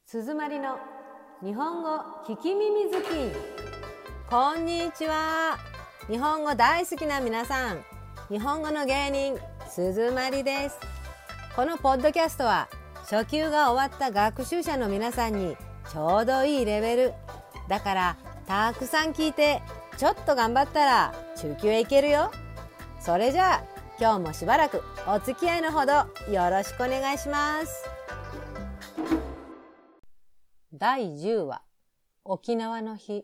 鈴まりの日本語聞き耳好き。こんにちは。日本語大好きな皆さん、日本語の芸人鈴まりです。このポッドキャストは初級が終わった学習者の皆さんにちょうどいいレベルだから、たくさん聞いてちょっと頑張ったら中級へ行けるよ。それじゃあ今日もしばらくお付き合いのほどよろしくお願いします。第10話、沖縄の日。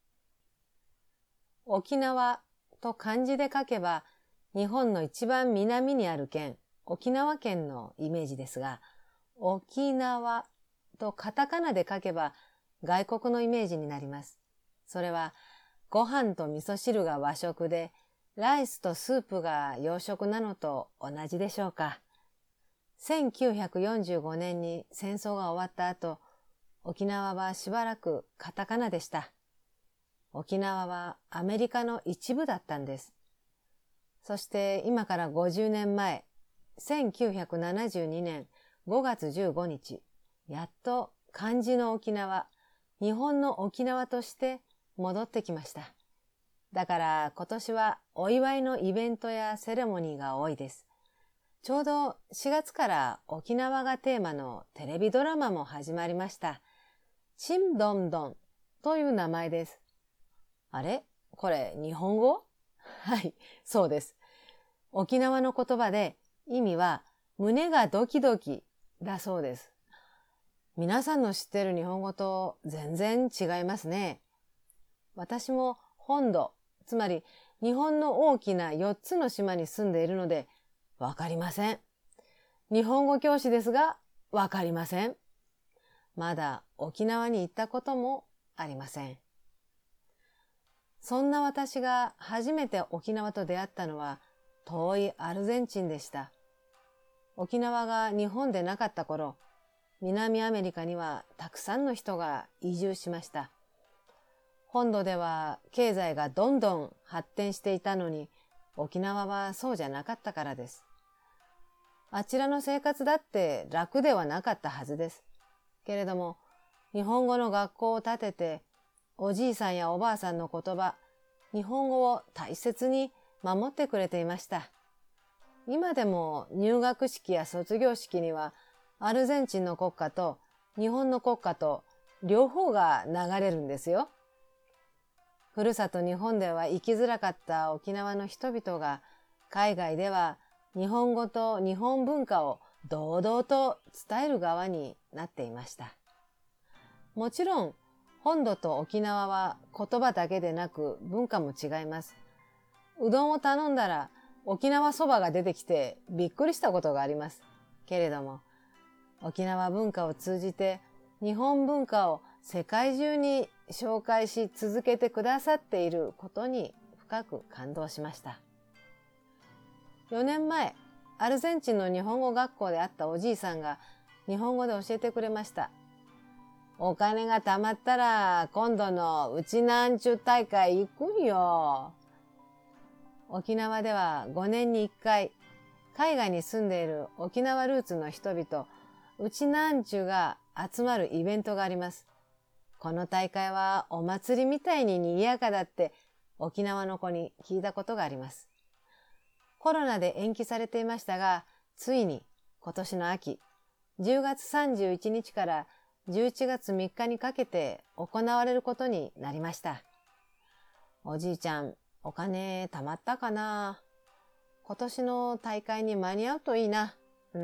沖縄と漢字で書けば日本の一番南にある県、沖縄県のイメージですが、沖縄とカタカナで書けば外国のイメージになります。それはご飯と味噌汁が和食で、ライスとスープが洋食なのと同じでしょうか。1945年に戦争が終わった後、沖縄はしばらくカタカナでした。沖縄はアメリカの一部だったんです。そして今から50年前、1972年5月15日、やっと漢字の沖縄、日本の沖縄として戻ってきました。だから今年はお祝いのイベントやセレモニーが多いです。ちょうど4月から沖縄がテーマのテレビドラマも始まりました。チンドンドンという名前です。あれ？これ日本語？はい、そうです。沖縄の言葉で意味は胸がドキドキだそうです。皆さんの知っている日本語と全然違いますね。私も本土、つまり日本の大きな4つの島に住んでいるのでわかりません。日本語教師ですがわかりません。まだ沖縄に行ったこともありません。そんな私が初めて沖縄と出会ったのは遠いアルゼンチンでした。沖縄が日本でなかった頃、南アメリカにはたくさんの人が移住しました。本土では経済がどんどん発展していたのに、沖縄はそうじゃなかったからです。あちらの生活だって楽ではなかったはずです。けれども、日本語の学校を建てて、おじいさんやおばあさんの言葉、日本語を大切に守ってくれていました。今でも入学式や卒業式には、アルゼンチンの国歌と日本の国歌と両方が流れるんですよ。ふるさと日本では生きづらかった沖縄の人々が、海外では日本語と日本文化を堂々と伝える側になっていました。もちろん、本土と沖縄は言葉だけでなく文化も違います。うどんを頼んだら沖縄そばが出てきてびっくりしたことがあります。けれども、沖縄文化を通じて日本文化を世界中に紹介し続けてくださっていることに深く感動しました。4年前、アルゼンチンの日本語学校で会ったおじいさんが日本語で教えてくれました。お金が貯まったら今度のうちなんちゅ大会行くんよ。沖縄では5年に1回、海外に住んでいる沖縄ルーツの人々、うちなんちゅが集まるイベントがあります。この大会はお祭りみたいに賑やかだって沖縄の子に聞いたことがあります。コロナで延期されていましたが、ついに今年の秋、10月31日から11月3日にかけて行われることになりました。おじいちゃん、お金貯まったかな？今年の大会に間に合うといいな。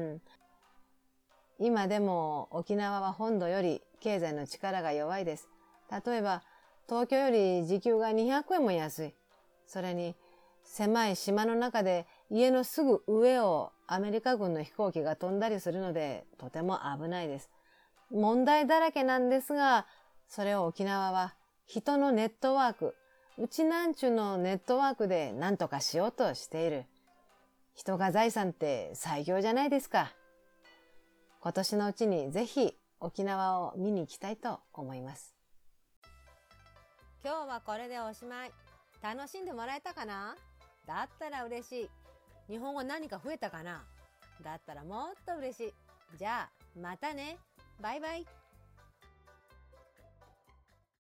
今でも沖縄は本土より経済の力が弱いです。例えば、東京より時給が200円も安い。それに、狭い島の中で家のすぐ上をアメリカ軍の飛行機が飛んだりするので、とても危ないです。問題だらけなんですが、それを沖縄は人のネットワーク、うちなんちゅのネットワークで何とかしようとしている。人が財産って最強じゃないですか。今年のうちにぜひ沖縄を見に行きたいと思います。今日はこれでおしまい。楽しんでもらえたかな？だったら嬉しい。日本語何か増えたかな？だったらもっと嬉しい。じゃあまたね。バイバイ。